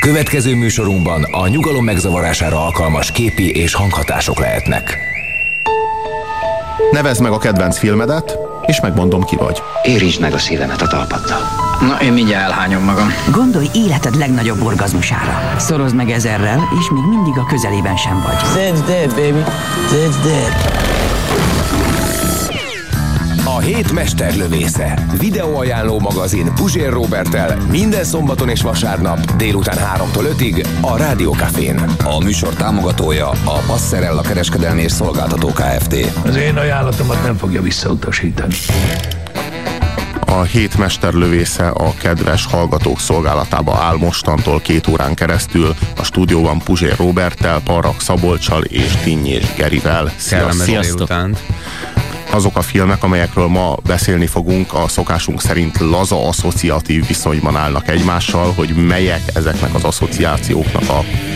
Következő műsorunkban a nyugalom megzavarására alkalmas képi és hanghatások lehetnek. Nevezd meg a kedvenc filmedet, és megmondom, ki vagy. Érintsd meg a szívemet a talpaddal. Na, én mindjárt elhányom magam. Gondolj életed legnagyobb orgazmusára. Szorozd meg 1000-rel, és még mindig a közelében sem vagy. That's dead, baby. That's dead. A hét mesterlövésze. Videóajánló magazin Puzsér Roberttel minden szombaton és vasárnap délután 3-tól 5-ig a Rádió Cafén. A műsor támogatója a Passerella Kereskedelmi és Szolgáltató Kft. Az én ajánlatomat nem fogja visszautasítani. A hét mesterlövésze a kedves hallgatók szolgálatába áll mostantól 2 órán keresztül. A stúdióban Puzsér Roberttel, Parrak Szabolccsal és Tinnyés Gerivel. Sziasztok! Azok a filmek, amelyekről ma beszélni fogunk, a szokásunk szerint laza asszociatív viszonyban állnak egymással, hogy melyek ezeknek az asszociációknak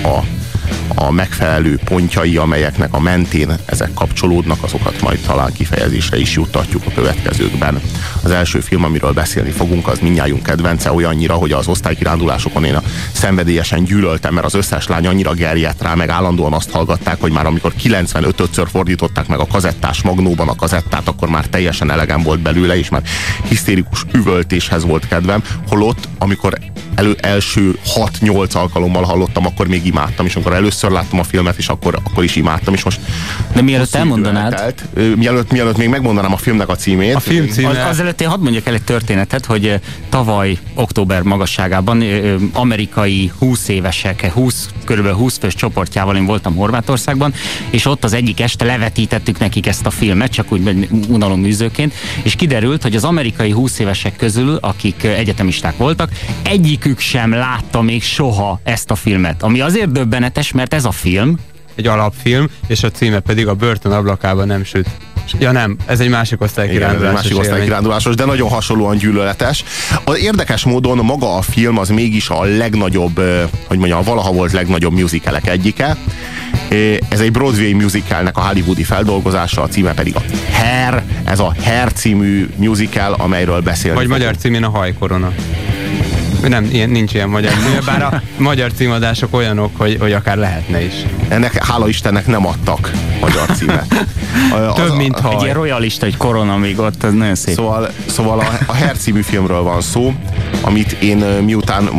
a megfelelő pontjai, amelyeknek a mentén ezek kapcsolódnak, azokat majd talán kifejezésre is juttatjuk a következőkben. Az első film, amiről beszélni fogunk, az mindnyájunk kedvence, olyannyira, hogy az osztálykirándulásokon én szenvedélyesen gyűlöltem, mert az összes lány annyira gerjedt rá, meg állandóan azt hallgatták, hogy már amikor 95-ször fordították meg a kazettás magnóban a kazettát, akkor már teljesen elegem volt belőle, és már hisztérikus üvöltéshez volt kedvem, holott, amikor első 6-8 alkalommal hallottam, akkor még imádtam, és amikor először láttam a filmet, és akkor is imádtam, és most... De mielőtt elmondanád... Mielőtt még megmondanám a filmnek a címét... A film címe... Azelőtt én hadd mondjak el egy történetet, hogy tavaly október magasságában amerikai 20 évesek, kb. 20 fős csoportjával én voltam Horvátországban, és ott az egyik este levetítettük nekik ezt a filmet, csak úgy unaloműzőként, és kiderült, hogy az amerikai 20 évesek közül, akik egyetemisták voltak, egyikük sem látta még soha ezt a filmet. Ami azért döbbenetes, mert ez a film egy alapfilm, és a címe pedig A börtön ablakában nem süt. Ja nem, ez egy másik osztálykirándulásos, de nagyon hasonlóan gyűlöletes. Az érdekes módon maga a film az mégis a legnagyobb, hogy mondjam, valaha volt legnagyobb musicalek egyike. Ez egy Broadway musicalnek a hollywoodi feldolgozása, a címe pedig a Hair. Ez a Hair című musical, amelyről beszélni. Vagy magyar címén a Hajkorona. Nem, nincs ilyen magyar címe, bár a magyar címadások olyanok, hogy akár lehetne is. Ennek, hála Istennek, nem adtak magyar címet. Több, mint haj. Egy ilyen royalista, egy korona még ott, ez nagyon szép. Szóval a Hair című filmről van szó, amit én miután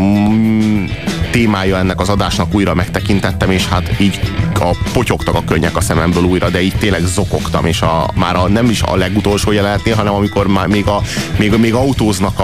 témája ennek az adásnak újra megtekintettem, és hát így potyogtak a könnyek a szememből újra, de így tényleg zokogtam, és nem is a legutolsó jelenetnél, hanem amikor már még autóznak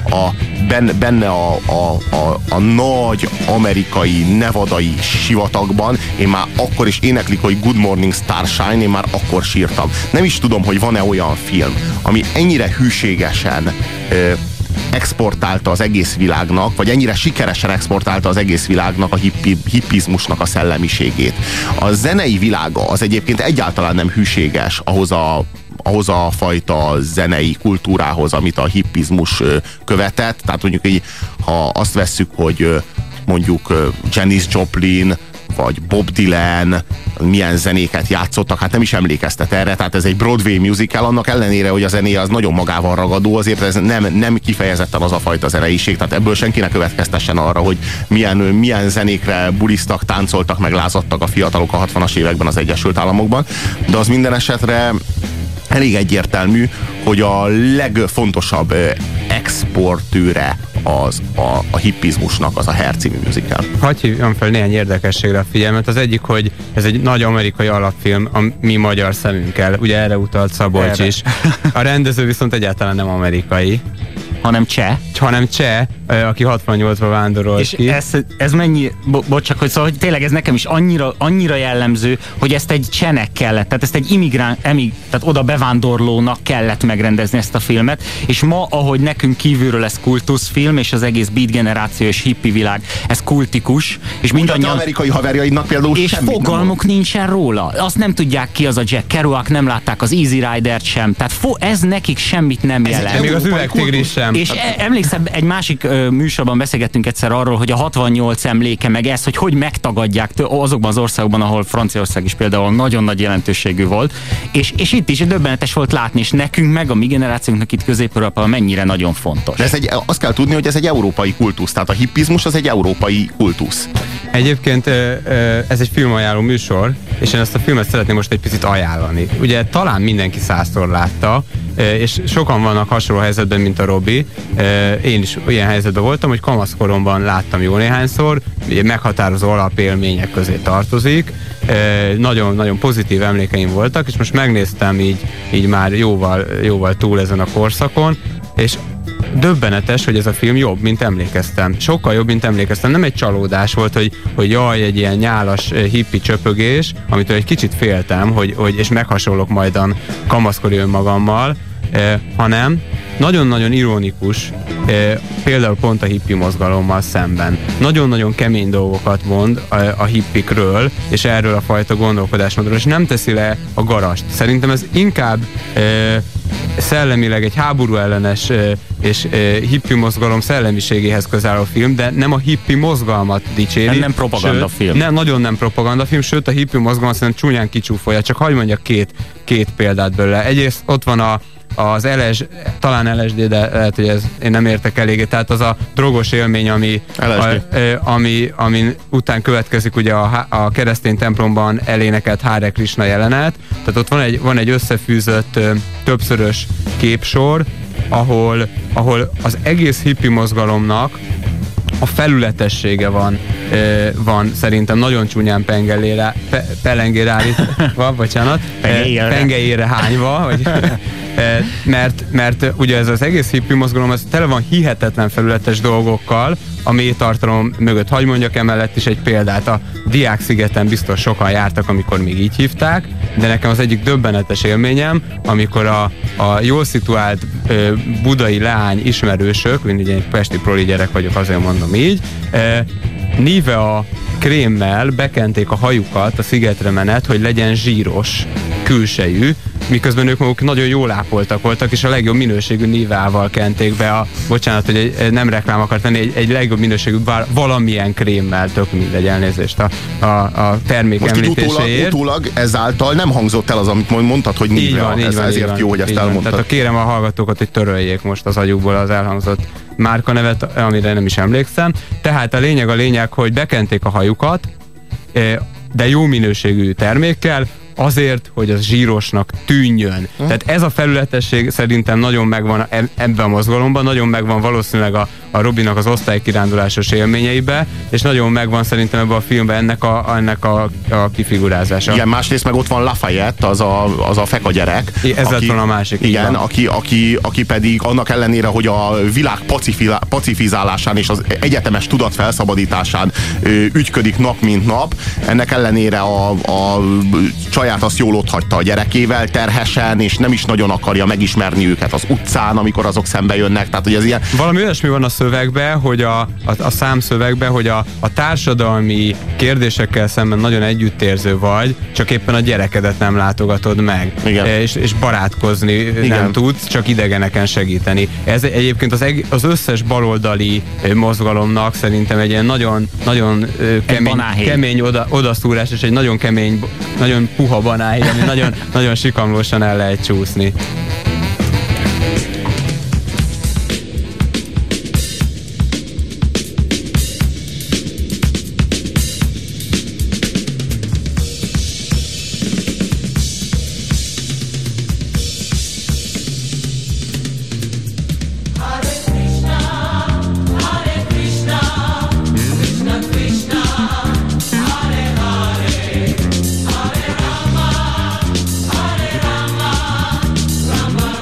benne a nagy amerikai, nevadai sivatagban, én már akkor is éneklik, hogy Good Morning Starshine, én már akkor sírtam. Nem is tudom, hogy van-e olyan film, ami ennyire hűségesen exportálta az egész világnak, vagy ennyire sikeresen exportálta az egész világnak a hippizmusnak a szellemiségét. A zenei világa az egyébként egyáltalán nem hűséges ahhoz a fajta zenei kultúrához, amit a hippizmus követett. Tehát mondjuk így, ha azt vesszük, hogy mondjuk Janis Joplin vagy Bob Dylan milyen zenéket játszottak, hát nem is emlékeztet erre, tehát ez egy Broadway musical, annak ellenére, hogy a zenéje az nagyon magával ragadó, azért ez nem kifejezetten az a fajta zeneiség, tehát ebből senki ne következtessen arra, hogy milyen zenékre bulisztak, táncoltak, meg lázadtak a fiatalok a 60-as években az Egyesült Államokban, de az minden esetre elég egyértelmű, hogy a legfontosabb exportőre a hippizmusnak az a Hair című musical. Hadd hívjam fel néhány érdekességre a figyelmet. Az egyik, hogy ez egy nagy amerikai alapfilm a mi magyar szemünkkel. Ugye erre utalt Szabolcs is. A rendező viszont egyáltalán nem amerikai. Hanem cseh, aki 68-ba vándorolt és ki. Ez mennyi, csak hogy szóval, hogy tényleg ez nekem is annyira jellemző, hogy ezt egy csehnek kellett, tehát ezt egy tehát oda bevándorlónak kellett megrendezni ezt a filmet, és ma, ahogy nekünk kívülről ez kultuszfilm, és az egész beat generáció és hippi világ, ez kultikus, és mindannyian... amerikai haverjaidnak például és fogalmuk nincsen róla. Azt nem tudják ki az a Jack Kerouac, nem látták az Easy Rider-t sem, tehát ez nekik semmit nem jelent. Még az Üvegtigris sem. És emlékszem, egy másik műsorban beszélgettünk egyszer arról, hogy a 68 emléke, meg ez, hogy megtagadják azokban az országokban, ahol Franciaország is például nagyon nagy jelentőségű volt, és itt is döbbenetes volt látni, és nekünk meg a mi generációnknak itt Közép-Európában mennyire nagyon fontos. De azt kell tudni, hogy ez egy európai kultusz, tehát a hippizmus az egy európai kultusz. Egyébként ez egy filmajánló műsor, és én ezt a filmet szeretném most egy picit ajánlani. Ugye talán mindenki 100-szor látta, és sokan vannak hasonló helyzetben, mint a Robi. Én is ilyen helyzetben voltam, hogy kamaszkoromban láttam jó néhányszor, meghatározó alapélmények közé tartozik. Nagyon-nagyon pozitív emlékeim voltak, és most megnéztem így már jóval túl ezen a korszakon, és döbbenetes, hogy ez a film jobb, mint emlékeztem. Sokkal jobb, mint emlékeztem. Nem egy csalódás volt, hogy jaj, egy ilyen nyálas hippi csöpögés, amitől egy kicsit féltem, és meghasonlok majdan kamaszkori önmagammal, hanem nagyon-nagyon ironikus, például pont a hippi mozgalommal szemben. Nagyon-nagyon kemény dolgokat mond a hippikről, és erről a fajta gondolkodásmódról, és nem teszi le a garast. Szerintem ez inkább szellemileg egy háború ellenes és hippi mozgalom szellemiségéhez közel álló film, de nem a hippi mozgalmat dicséri. Nem propaganda film. Nagyon nem propaganda film, sőt a hippi mozgalmat szerintem csúnyán kicsúfolja. Csak hagyj mondjak két példát belőle. Egyrészt ott van az talán LSD, de lehet, hogy én nem értek eléggé, tehát az a drogos élmény, ami után következik ugye a keresztény templomban elénekelt Hare Krishna jelenet, tehát ott van egy összefűzött többszörös képsor, ahol az egész hippi mozgalomnak a felületessége van szerintem nagyon csúnyán pelengére állítva, bocsánat, pengeére hányva, mert ugye ez az egész hippi mozgalom, ez tele van hihetetlen felületes dolgokkal, a mélytartalom mögött. Hagy mondjak emellett is egy példát. A Diák-szigeten biztos sokan jártak, amikor még így hívták, de nekem az egyik döbbenetes élményem, amikor a jól szituált budai leány ismerősök, én ugye egy pesti proli gyerek vagyok, azért mondom így, Nivea krémmel bekenték a hajukat a szigetre menet, hogy legyen zsíros külsejű, miközben ők maguk nagyon jól ápoltak voltak, és a legjobb minőségű Niveával kenték be bocsánat, hogy nem reklám akart lenni, egy legjobb minőségű valamilyen krémmel, tök mindegy, elnézést a termék most említéséért. Utólag ezáltal nem hangzott el az, amit mondtad, hogy Nivea. Ezért jó, hogy ezt elmondtad. Tehát kérem a hallgatókat, hogy töröljék most az agyukból az elhangzott márkanevet, amire nem is emlékszem. Tehát a lényeg, hogy bekenték a hajukat, de jó minőségű termékkel, azért, hogy az zsírosnak tűnjön. Tehát ez a felületesség szerintem nagyon megvan ebben a mozgalomban, nagyon megvan valószínűleg a Robinak az osztálykirándulásos élményeibe, és nagyon megvan szerintem ebben a filmben ennek a kifigurázása. Igen, másrészt meg ott van Lafayette, az a feka gyerek. Ez lett volna a másik. Igen, aki pedig annak ellenére, hogy a világ pacifizálásán és az egyetemes tudat felszabadításán ügyködik nap mint nap, ennek ellenére a csaját azt jól otthagyta a gyerekével terhesen, és nem is nagyon akarja megismerni őket az utcán, amikor azok szembe jönnek. Tehát, hogy ez ilyen... Valami olyasmi van a szövegben, hogy a számszövegben, hogy a társadalmi kérdésekkel szemben nagyon együttérző vagy, csak éppen a gyerekedet nem látogatod meg. És barátkozni nem tudsz, csak idegeneken segíteni. Ez egyébként az összes baloldali mozgalomnak szerintem egy ilyen nagyon kemény odaszúrás, és egy nagyon kemény, nagyon puha banáhely, ami nagyon, nagyon sikamlósan el lehet csúszni. Rama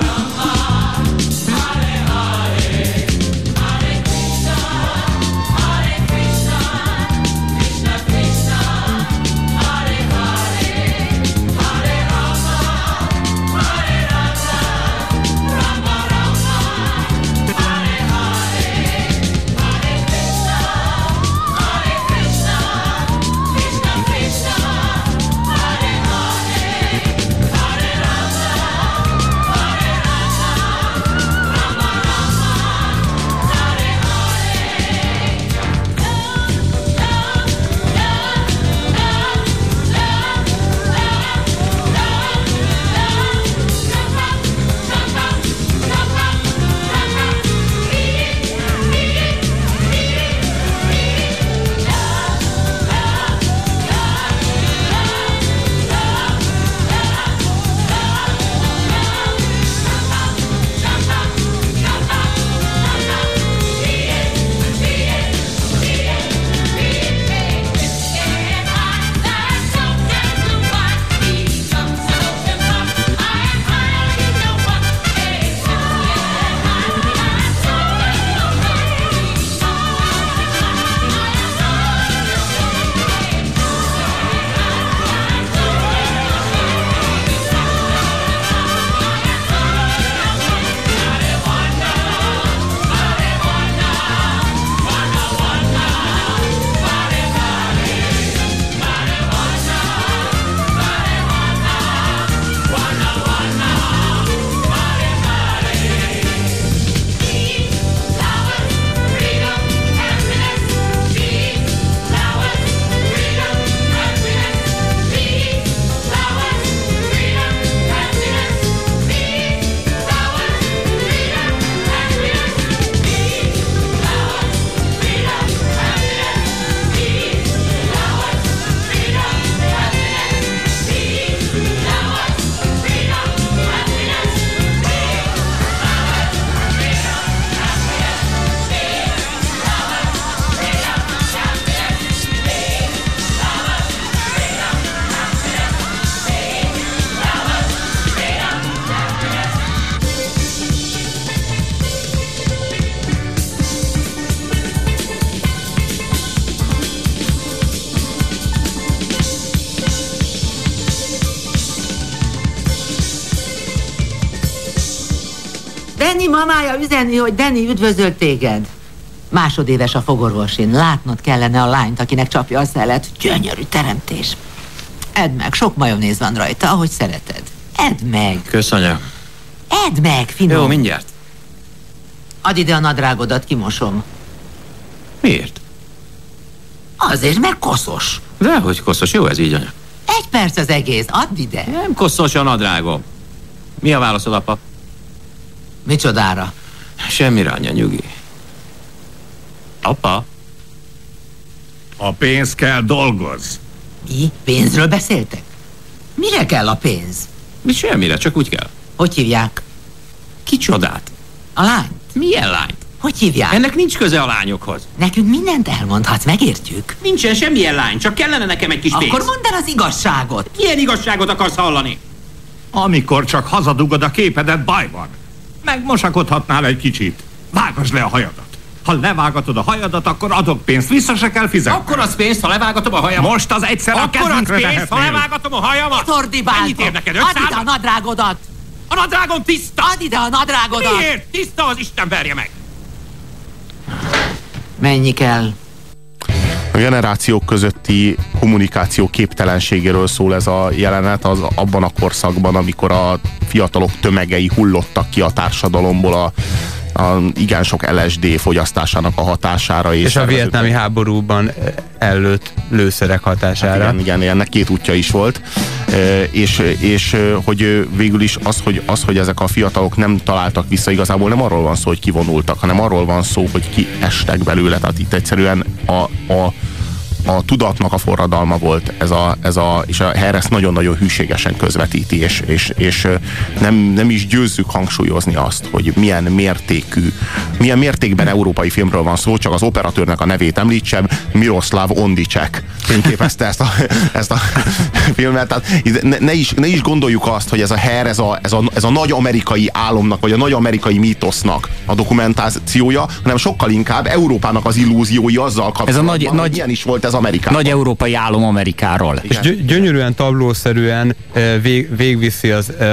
Danny mamája üzeni, hogy Danny üdvözölt téged. Másodéves a fogorvosin. Látnod kellene a lányt, akinek csapja a szelet. Gyönyörű teremtés. Edd meg, sok majonéz van rajta, ahogy szereted. Edd meg. Köszönöm. Edd meg, finom. Jó, mindjárt. Add ide a nadrágodat, kimosom. Miért? Azért, mert koszos. Dehogy koszos, jó ez így, anya. 1 perc az egész, add ide. Nem koszos a nadrágom. Mi a válaszod, apa? Micsodára? Semmire, anya, nyugi. Apa? A pénz kell, dolgozz. Mi? Pénzről beszéltek? Mire kell a pénz? Semmire, csak úgy kell. Hogy hívják? Kicsodát? A lányt? Milyen lányt? Hogy hívják? Ennek nincs köze a lányokhoz. Nekünk mindent elmondhatsz, megértjük. Nincsen semmilyen lány, csak kellene nekem egy kis pénz. Akkor mondd el az igazságot. Milyen igazságot akarsz hallani? Amikor csak hazudugod a képedet, baj van. Megmosakodhatnál egy kicsit. Vágasd le a hajadat. Ha levágatod a hajadat, akkor adok pénzt, vissza se kell fizetni. Akkor az pénzt, ha levágatom a hajamat. Most az egyszer a akkor az kezünkre pénzt, ha tehetnél. levágatom a hajamat. Ordibáltok. Mennyit ér neked? Add ide 500? a nadrágodat. A nadrágom tiszta. Add ide a nadrágodat. Miért? Tiszta, az Isten verje meg. Mennyi kell? A generációk közötti kommunikáció képtelenségéről szól ez a jelenet az abban a korszakban, amikor a fiatalok tömegei hullottak ki a társadalomból a igen sok LSD fogyasztásának a hatására. És a vietnámi háborúban ellőtt lőszerek hatására. Hát igen, ennek 2 útja is volt. És hogy végül is az, hogy ezek a fiatalok nem találtak vissza, igazából nem arról van szó, hogy kivonultak, hanem arról van szó, hogy kiestek belőle. Tehát itt egyszerűen a tudatnak a forradalma volt és a Hare ezt nagyon-nagyon hűségesen közvetíti, és nem is győzzük hangsúlyozni azt, hogy milyen mértékben európai filmről van szó, csak az operatőrnek a nevét említsem, Miroslav Ondicek fényképezte ezt a filmet, tehát ne is gondoljuk azt, hogy ez a Hare, ez a nagy amerikai álomnak, vagy a nagy amerikai mítosznak a dokumentációja, hanem sokkal inkább Európának az illúziói azzal kapcsolatban, hogy milyen is volt ez Amerikában. Nagy európai álom Amerikáról. És gyönyörűen, tablószerűen végviszi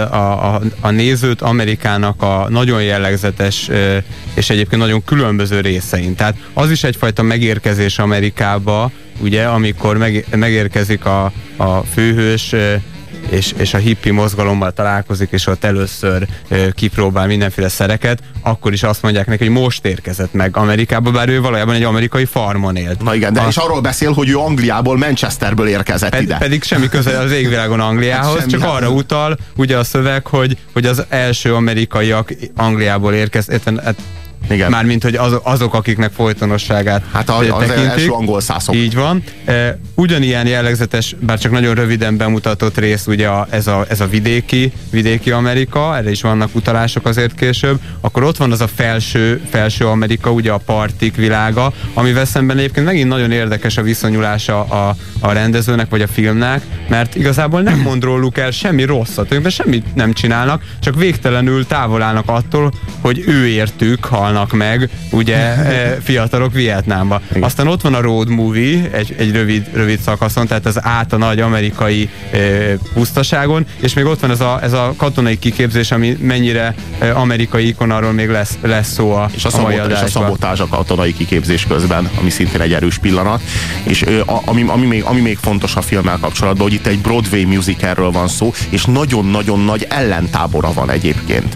a nézőt Amerikának a nagyon jellegzetes és egyébként nagyon különböző részein. Tehát az is egyfajta megérkezés Amerikába, ugye, amikor megérkezik a főhős, és a hippi mozgalommal találkozik, és ott először kipróbál mindenféle szereket, akkor is azt mondják neki, hogy most érkezett meg Amerikába, bár ő valójában egy amerikai farmon élt. Na igen, de és arról beszél, hogy ő Angliából, Manchesterből érkezett ide. Pedig semmi köze az égvilágon Angliához, hát csak arra utal, ugye a szöveg, hogy az első amerikaiak Angliából érkezett, mármint, hogy azok, akiknek folytonosságát az első angol szászok. Így van. Ugyanilyen jellegzetes, bár csak nagyon röviden bemutatott rész, ugye ez a vidéki Amerika, erre is vannak utalások azért később, akkor ott van az a felső Amerika, ugye a partik világa, amivel szemben egyébként megint nagyon érdekes a viszonyulása a rendezőnek, vagy a filmnek, mert igazából nem mond róluk el semmi rosszat, ők semmit nem csinálnak, csak végtelenül távol állnak attól, hogy ő értük halnak meg, ugye, fiatalok Vietnámba. Igen. Aztán ott van a road movie, egy rövid szakaszon, tehát az át a nagy amerikai pusztaságon, és még ott van ez a katonai kiképzés, ami mennyire amerikai ikon, arról még lesz szó a mai adásban. És a szabotázs a katonai kiképzés közben, ami szintén egy erős pillanat. És ami még fontos a filmmel kapcsolatban, hogy itt egy Broadway musicalről van szó, és nagyon-nagyon nagy ellentábora van egyébként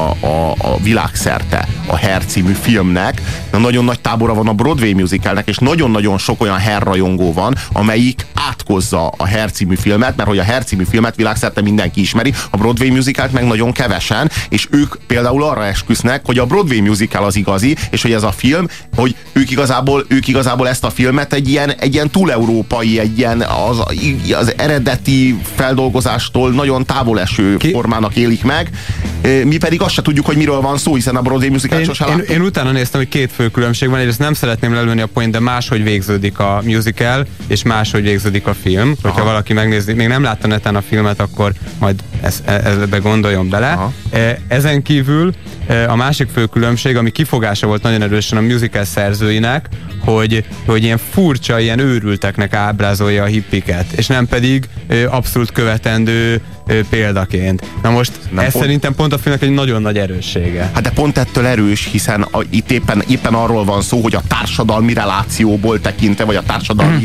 a világszerte a Hare című filmnek. Nagyon nagy tábora van a Broadway musicalnek, és nagyon-nagyon sok olyan Hare rajongó van, amelyik átkozza a Hare című filmet, mert hogy a Hare című filmet világszerte mindenki ismeri, a Broadway musicalt meg nagyon kevesen, és ők például arra esküsznek, hogy a Broadway musical az igazi, és hogy ez a film, hogy ők igazából ezt a filmet egy ilyen túleurópai, egy ilyen az eredeti feldolgozástól nagyon távol eső formának élik meg. Mi pedig azt se tudjuk, hogy miről van szó, hiszen a Broadway musical sosem láttuk. Én utána néztem, hogy 2 fő különbség van, egyrészt nem szeretném lelőni a point, de máshogy végződik a musical, és máshogy végződik a film. Hogyha valaki megnézi, még nem látta neten a filmet, akkor majd ebbe gondoljon bele. Aha. Ezen kívül a másik fő különbség, ami kifogása volt nagyon erősen a musical szerzőinek, hogy ilyen furcsa, ilyen őrülteknek ábrázolja a hippiket, és nem pedig abszolút követendő példaként. Na most ez szerintem pont a filmnek egy nagyon nagy erőssége. Hát de pont ettől erős, hiszen itt éppen arról van szó, hogy a társadalmi relációból tekintve, vagy a társadalmi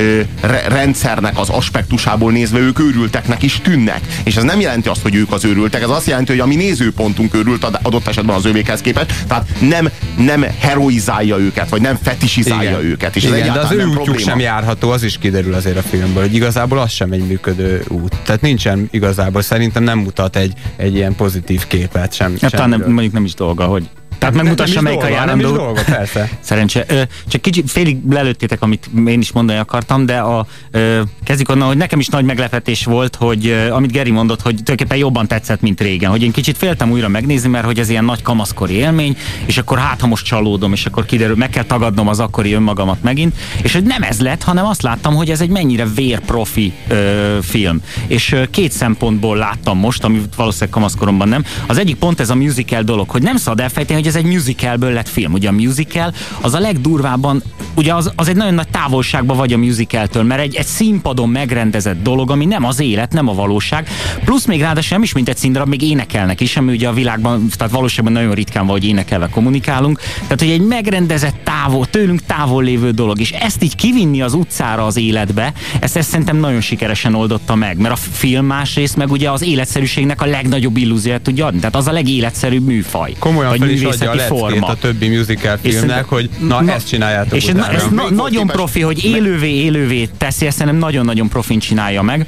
rendszernek az aspektusából nézve ők őrülteknek is tűnnek. És ez nem jelenti azt, hogy ők az őrültek, ez azt jelenti, hogy a mi nézőpontunk őrült adott esetben az övékhez képest, tehát nem heroizálja őket, vagy nem fetisizálja őket. És igen, ez de az ő útjuk probléma. sem járható, az is kiderül azért a filmből, hogy igazából az sem egy működő út. Tehát nincsen igazából, szerintem nem mutat egy ilyen pozitív képet sem. Talán mondjuk nem is dolga, hogy tehát megmutassa, melyik a járandó. Nem is dolga, persze. Szerencsé. Csak kicsit félig lelőttétek, amit én is mondani akartam, de kezdjük onnan, hogy nekem is nagy meglepetés volt, hogy amit Geri mondott, hogy tulajdonképpen jobban tetszett, mint régen. Hogy én kicsit féltem újra megnézni, mert hogy ez ilyen nagy kamaszkori élmény, és akkor ha most csalódom, és akkor kiderül, meg kell tagadnom az akkori önmagamat megint, és hogy nem ez lett, hanem azt láttam, hogy ez egy mennyire vérprofi film. És két szempontból láttam most, ami valószínűleg kamaszkoromban nem. Az egyik pont ez a musical dolog, hogy nem szabad elfejteni, hogy ez egy musicalből lett film. Ugye a musical az a legdurvábban, ugye az egy nagyon nagy távolságban vagy a musicaltől, mert egy színpadon megrendezett dolog, ami nem az élet, nem a valóság. Plusz még ráadásul nem is mint egy színdarab, még énekelnek is, ami ugye a világban, tehát valóságban nagyon ritkán van, hogy énekelve kommunikálunk. Tehát, hogy egy megrendezett tőlünk távol lévő dolog, és ezt így kivinni az utcára az életbe, ezt szerintem nagyon sikeresen oldotta meg, mert a film másrészt meg ugye az életszerűségnek a legnagyobb illúziót tudja adni, tehát az a legéletszerűbb műfaj. Komolyan fel is adja a leckét a többi musical filmnek, hogy ezt csináljátok és utána. Ez nagyon profi, hogy élővé teszi, ezt szerintem nagyon-nagyon profin csinálja meg.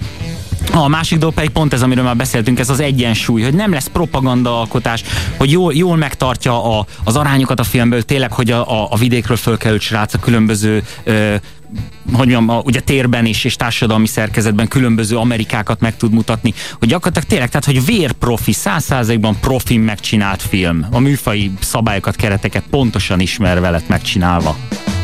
A másik dolog pedig pont ez, amiről már beszéltünk, ez az egyensúly, hogy nem lesz propagandaalkotás, hogy jól megtartja az arányokat a filmből, tényleg, hogy a vidékről fölkerült srác a különböző hogy mondjam, ugye térben is, és társadalmi szerkezetben különböző Amerikákat meg tud mutatni, hogy gyakorlatilag tényleg, tehát, hogy vérprofi, 100%-ban profin megcsinált film, a műfai szabályokat, kereteket pontosan ismerve lett megcsinálva.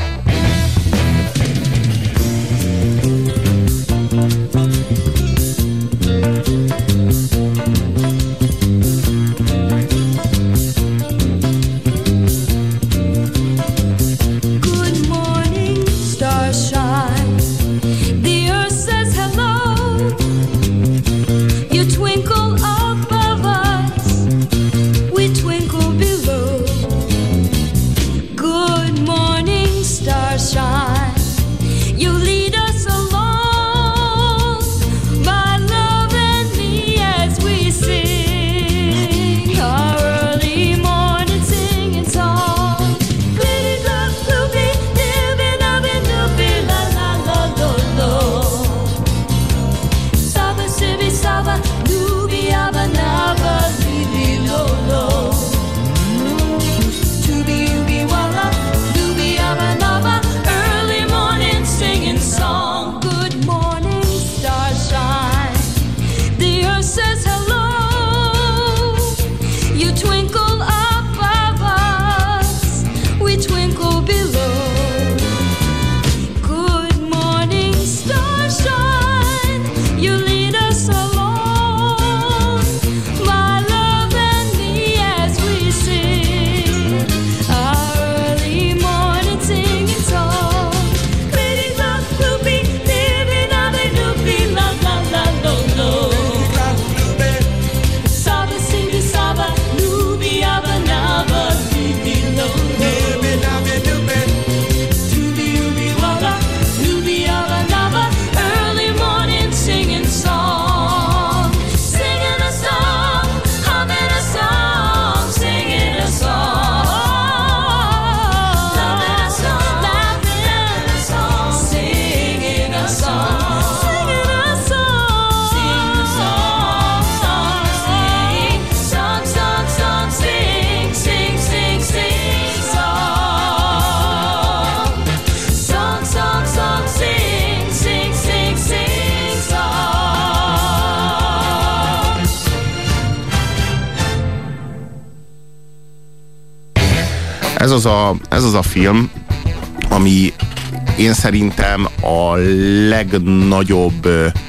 Ez az a film, ami én szerintem a legnagyobb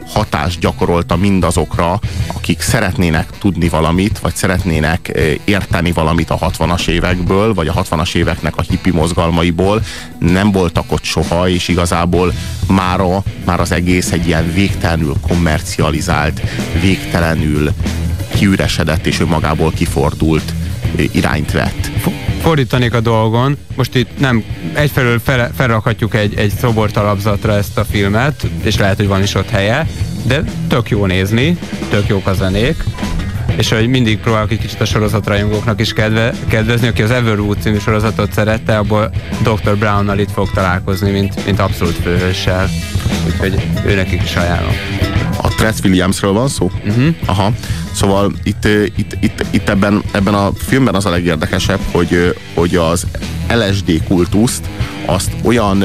hatást gyakorolta mindazokra, akik szeretnének tudni valamit, vagy szeretnének érteni valamit a 60-as évekből, vagy a 60-as éveknek a hippi mozgalmaiból. Nem voltak ott soha, és igazából már az egész egy ilyen végtelenül kommercializált, végtelenül kiüresedett és önmagából kifordult irányt vett. Fordítanék a dolgon, most itt nem egyfelől felrakhatjuk egy szobortalapzatra ezt a filmet, és lehet, hogy van is ott helye, de tök jó nézni, tök jók a zenék, és hogy mindig próbálok egy kicsit a sorozatrajongóknak is kedvezni, aki az Everwood című sorozatot szerette, abból Dr. Brownnal itt fog találkozni, mint abszolút főhőssel, úgyhogy őnekik is ajánlom. A Trent Williamsről van szó? Aha. Szóval itt ebben a filmben az a legérdekesebb, hogy az LSD kultuszt azt olyan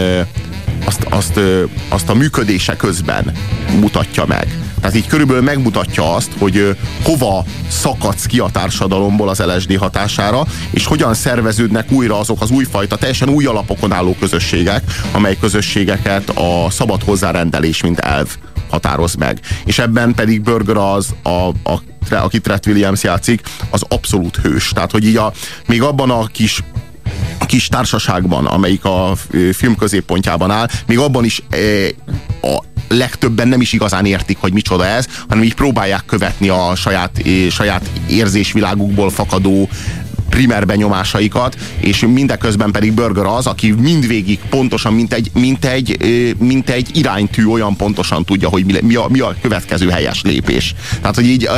azt a működése közben mutatja meg. Tehát így körülbelül megmutatja azt, hogy hova szakadsz ki a társadalomból az LSD hatására, és hogyan szerveződnek újra azok az újfajta, teljesen új alapokon álló közösségek, amely közösségeket a szabad hozzárendelés, mint elv határoz meg. És ebben pedig Burger aki Trent Williams játszik, az abszolút hős. Tehát, hogy így még abban a kis társaságban, amelyik a film középpontjában áll, még abban is a legtöbben nem is igazán értik, hogy micsoda ez, hanem így próbálják követni a saját érzésvilágukból fakadó primer benyomásaikat, és mindeközben pedig Burger az, aki mindvégig pontosan, mint egy iránytű olyan pontosan tudja, hogy mi a következő helyes lépés. Tehát, hogy így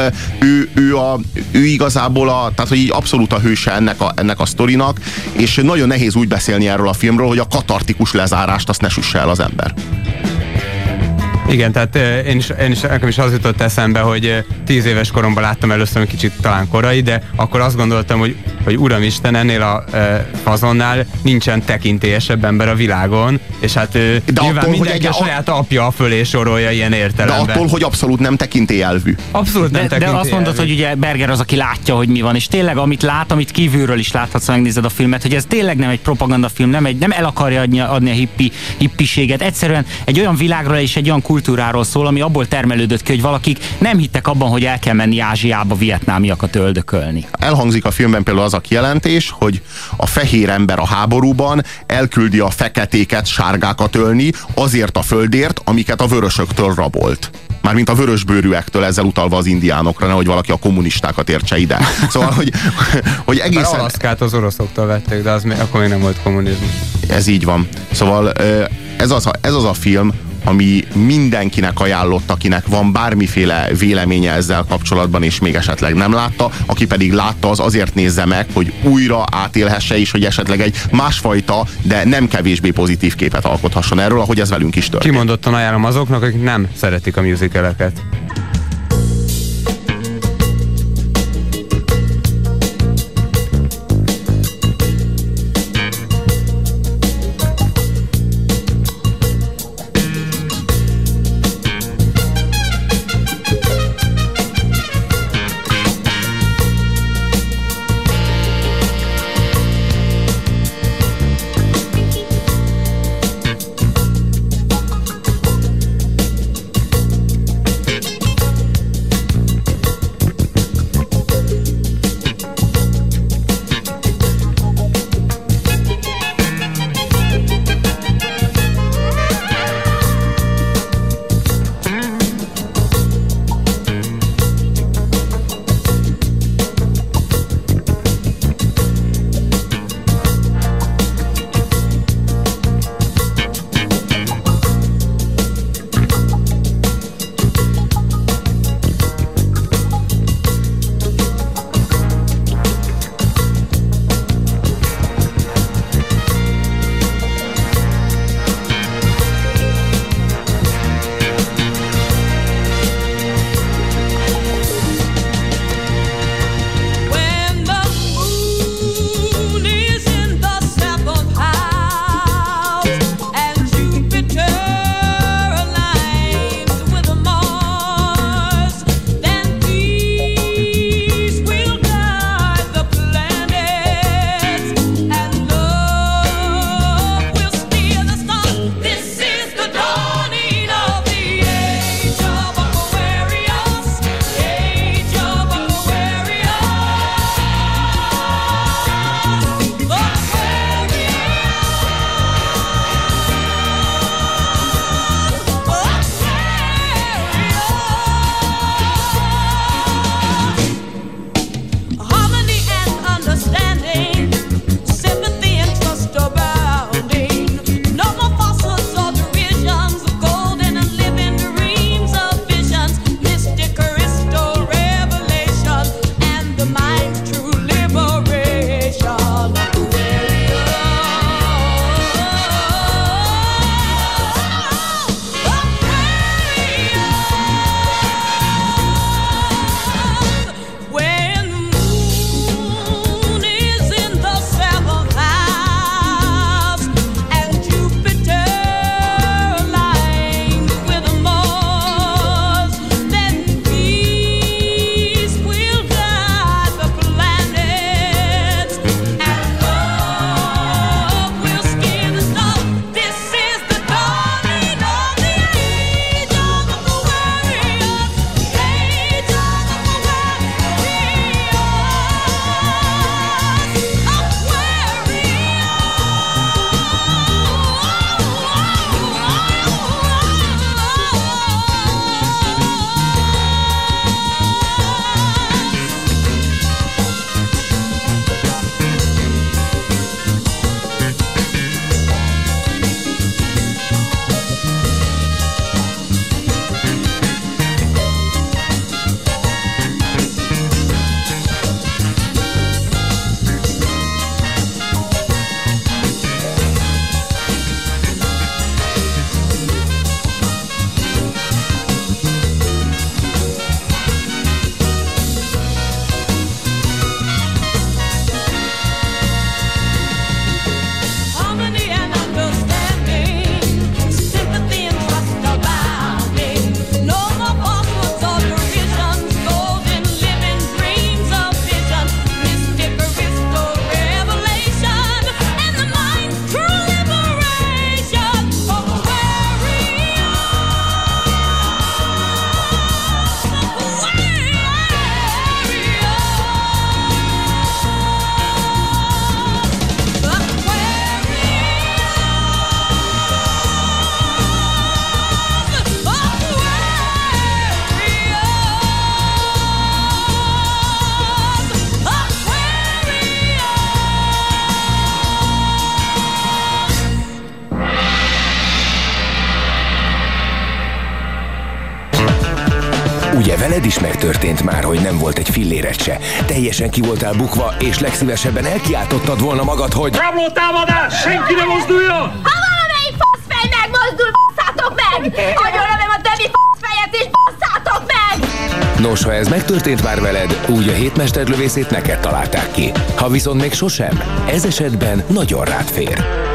ő igazából tehát, hogy így abszolút a hőse ennek a sztorinak, és nagyon nehéz úgy beszélni erről a filmről, hogy a katartikus lezárást azt ne süsse el az ember. Igen, tehát nekem is az jutott eszembe, hogy 10 éves koromban láttam először, egy kicsit talán korai, de akkor azt gondoltam, hogy Uramisten, ennél a fazonnál nincsen tekintélyesebb ember a világon, és hát nyilván mindenki a saját apja fölé sorolja ilyen értelemben. De attól, hogy abszolút nem tekintélyelvű. Abszolút nem tekintélyelvű. De azt mondod, hogy ugye Berger az, aki látja, hogy mi van, és tényleg amit lát, amit kívülről is láthatsz, megnézed a filmet, hogy ez tényleg nem egy propagandafilm, nem el akarja adni a hippiséget, egyszerűen egy olyan világról és egy olyan kultúráról szól, ami abból termelődött ki, hogy valakik nem hittek abban, hogy el kell menni Ázsiába vietnámiakat öldökölni. Elhangzik a filmben például az a kijelentés, hogy a fehér ember a háborúban elküldi a feketéket sárgákat ölni azért a földért, amiket a vörösöktől rabolt. Mármint a vörösbőrűektől, ezzel utalva az indiánokra, nehogy valaki a kommunistákat értse ide. Szóval, hogy egészen... Alaszkát az oroszoktól vették, de akkor még nem volt kommunizmus. Ez így van. Szóval ez az a film, ami mindenkinek ajánlott, akinek van bármiféle véleménye ezzel kapcsolatban, és még esetleg nem látta, aki pedig látta, az azért nézze meg, hogy újra átélhesse, és hogy esetleg egy másfajta, de nem kevésbé pozitív képet alkothasson erről, ahogy ez velünk is történt. Kimondottan ajánlom azoknak, akik nem szeretik a musicaleket. Ugye veled is megtörtént már, hogy nem volt egy filléret se. Teljesen ki voltál bukva, és legszívesebben elkiáltottad volna magad, hogy... Rablótámadás! Senki ne mozduljon! Ha valamelyik faszfej megmozdul, basszátok meg! Agyonlövöm a többi faszfejet is, basszátok meg! Nos, ha ez megtörtént már veled, úgy a hétmesterlövészét neked találták ki. Ha viszont még sosem, ez esetben nagyon rád fér.